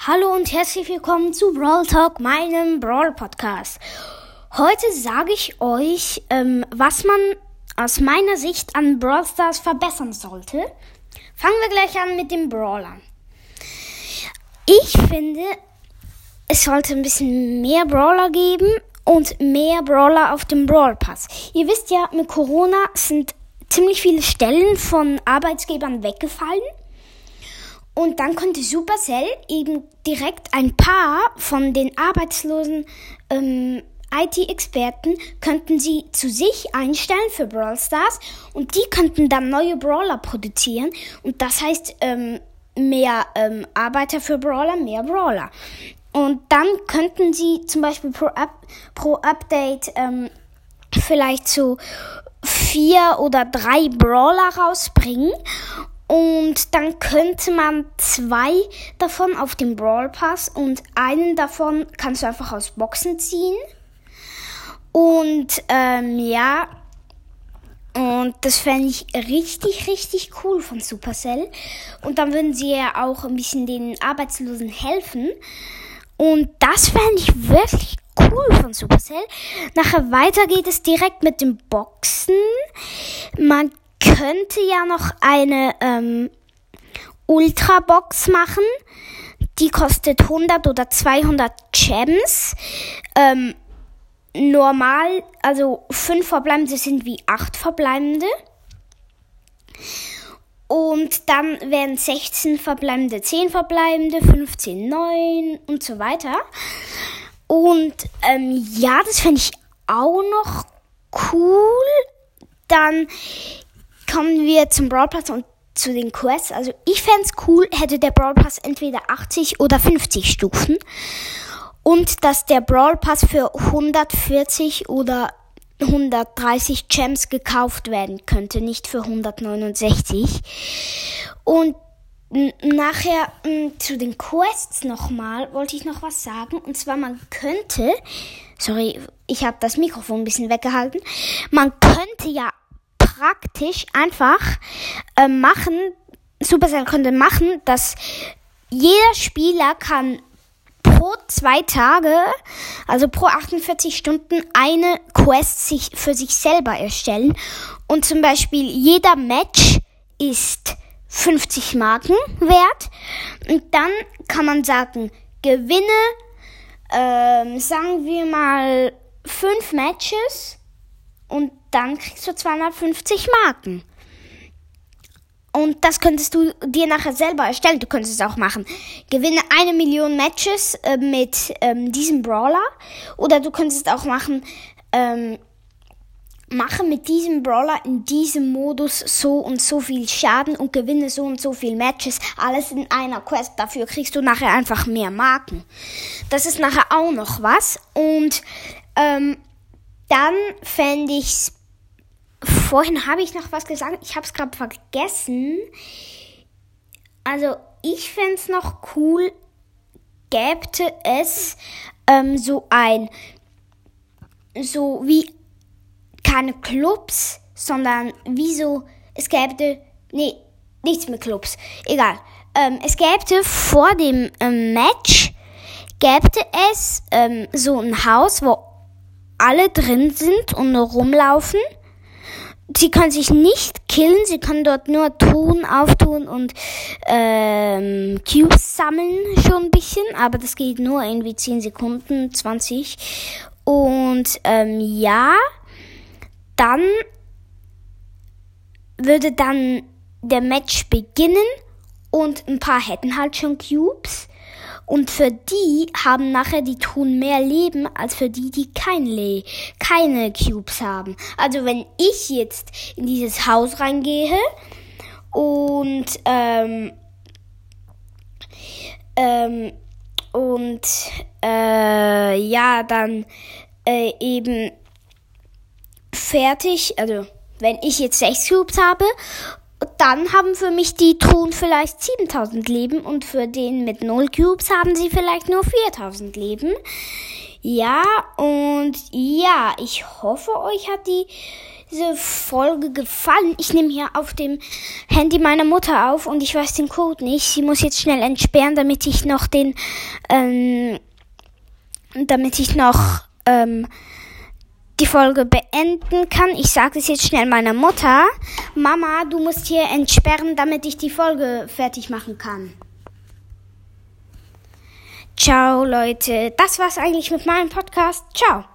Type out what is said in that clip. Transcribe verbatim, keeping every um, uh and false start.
Hallo und herzlich willkommen zu Brawl Talk, meinem Brawl Podcast. Heute sage ich euch, ähm, was man aus meiner Sicht an Brawl Stars verbessern sollte. Fangen wir gleich an mit dem Brawler. Ich finde, es sollte ein bisschen mehr Brawler geben und mehr Brawler auf dem Brawl Pass. Ihr wisst ja, mit Corona sind ziemlich viele Stellen von Arbeitgebern weggefallen. Und dann konnte Supercell eben direkt ein paar von den arbeitslosen ähm, I T-Experten könnten sie zu sich einstellen für Brawl Stars und die könnten dann neue Brawler produzieren und das heißt ähm, mehr ähm, Arbeiter für Brawler, mehr Brawler. Und dann könnten sie zum Beispiel pro, Up, pro Update ähm, vielleicht so vier oder drei Brawler rausbringen. Und dann könnte man zwei davon auf dem Brawl Pass und einen davon kannst du einfach aus Boxen ziehen. Und ähm, ja, und das fände ich richtig, richtig cool von Supercell. Und dann würden sie ja auch ein bisschen den Arbeitslosen helfen. Und das fände ich wirklich cool von Supercell. Nachher weiter geht es direkt mit den Boxen. Man könnte ja noch eine ähm, Ultra-Box machen. Die kostet hundert oder zweihundert Gems. Ähm, normal, also fünf Verbleibende sind wie acht Verbleibende. Und dann wären sechzehn Verbleibende, zehn Verbleibende, fünfzehn, neun und so weiter. Und ähm, ja, das fände ich auch noch cool. Dann kommen wir zum Brawl Pass und zu den Quests. Also ich fände es cool, hätte der Brawl Pass entweder achtzig oder fünfzig Stufen. Und dass der Brawl Pass für hundertvierzig oder hundertdreißig Gems gekauft werden könnte, nicht für hundertneunundsechzig. Und n- nachher m, zu den Quests nochmal wollte ich noch was sagen. Und zwar man könnte, sorry, ich habe das Mikrofon ein bisschen weggehalten, man könnte ja praktisch einfach äh, machen, Supercell könnte machen, dass jeder Spieler kann pro zwei Tage, also pro achtundvierzig Stunden, eine Quest sich für sich selber erstellen. Und zum Beispiel jeder Match ist fünfzig Marken wert. Und dann kann man sagen, gewinne, ähm, sagen wir mal, fünf Matches und dann kriegst du zweihundertfünfzig Marken. Und das könntest du dir nachher selber erstellen. Du könntest es auch machen. Gewinne eine Million Matches äh, mit ähm, diesem Brawler. Oder du könntest auch machen, ähm, mache mit diesem Brawler in diesem Modus so und so viel Schaden und gewinne so und so viel Matches. Alles in einer Quest. Dafür kriegst du nachher einfach mehr Marken. Das ist nachher auch noch was. Und ähm, dann fände ich's, vorhin habe ich noch was gesagt, ich habe es gerade vergessen. Also ich fände es noch cool, gäbe es ähm, so ein, so wie keine Clubs, sondern wie so, es gäbe, nee, nichts mit Clubs, egal. Ähm, es gäbe vor dem ähm, Match, gäbe es ähm, so ein Haus, wo alle drin sind und nur rumlaufen. Sie können sich nicht killen, sie können dort nur tun, auftun und ähm, Cubes sammeln schon ein bisschen, aber das geht nur irgendwie zehn Sekunden, zwanzig. Und ähm, ja, dann würde dann der Match beginnen und ein paar hätten halt schon Cubes. Und für die haben nachher die Truhen mehr Leben, als für die, die kein Le- keine Cubes haben. Also wenn ich jetzt in dieses Haus reingehe und ähm, ähm, und äh, ja, dann äh, eben fertig, also wenn ich jetzt sechs Cubes habe, dann haben für mich die Truhen vielleicht siebentausend Leben und für den mit null Cubes haben sie vielleicht nur viertausend Leben. Ja, und ja, ich hoffe, euch hat die diese Folge gefallen. Ich nehme hier auf dem Handy meiner Mutter auf und ich weiß den Code nicht. Sie muss jetzt schnell entsperren, damit ich noch den, ähm, damit ich noch, ähm, die Folge beenden kann. Ich sage es jetzt schnell meiner Mutter. Mama, du musst hier entsperren, damit ich die Folge fertig machen kann. Ciao, Leute. Das war's eigentlich mit meinem Podcast. Ciao.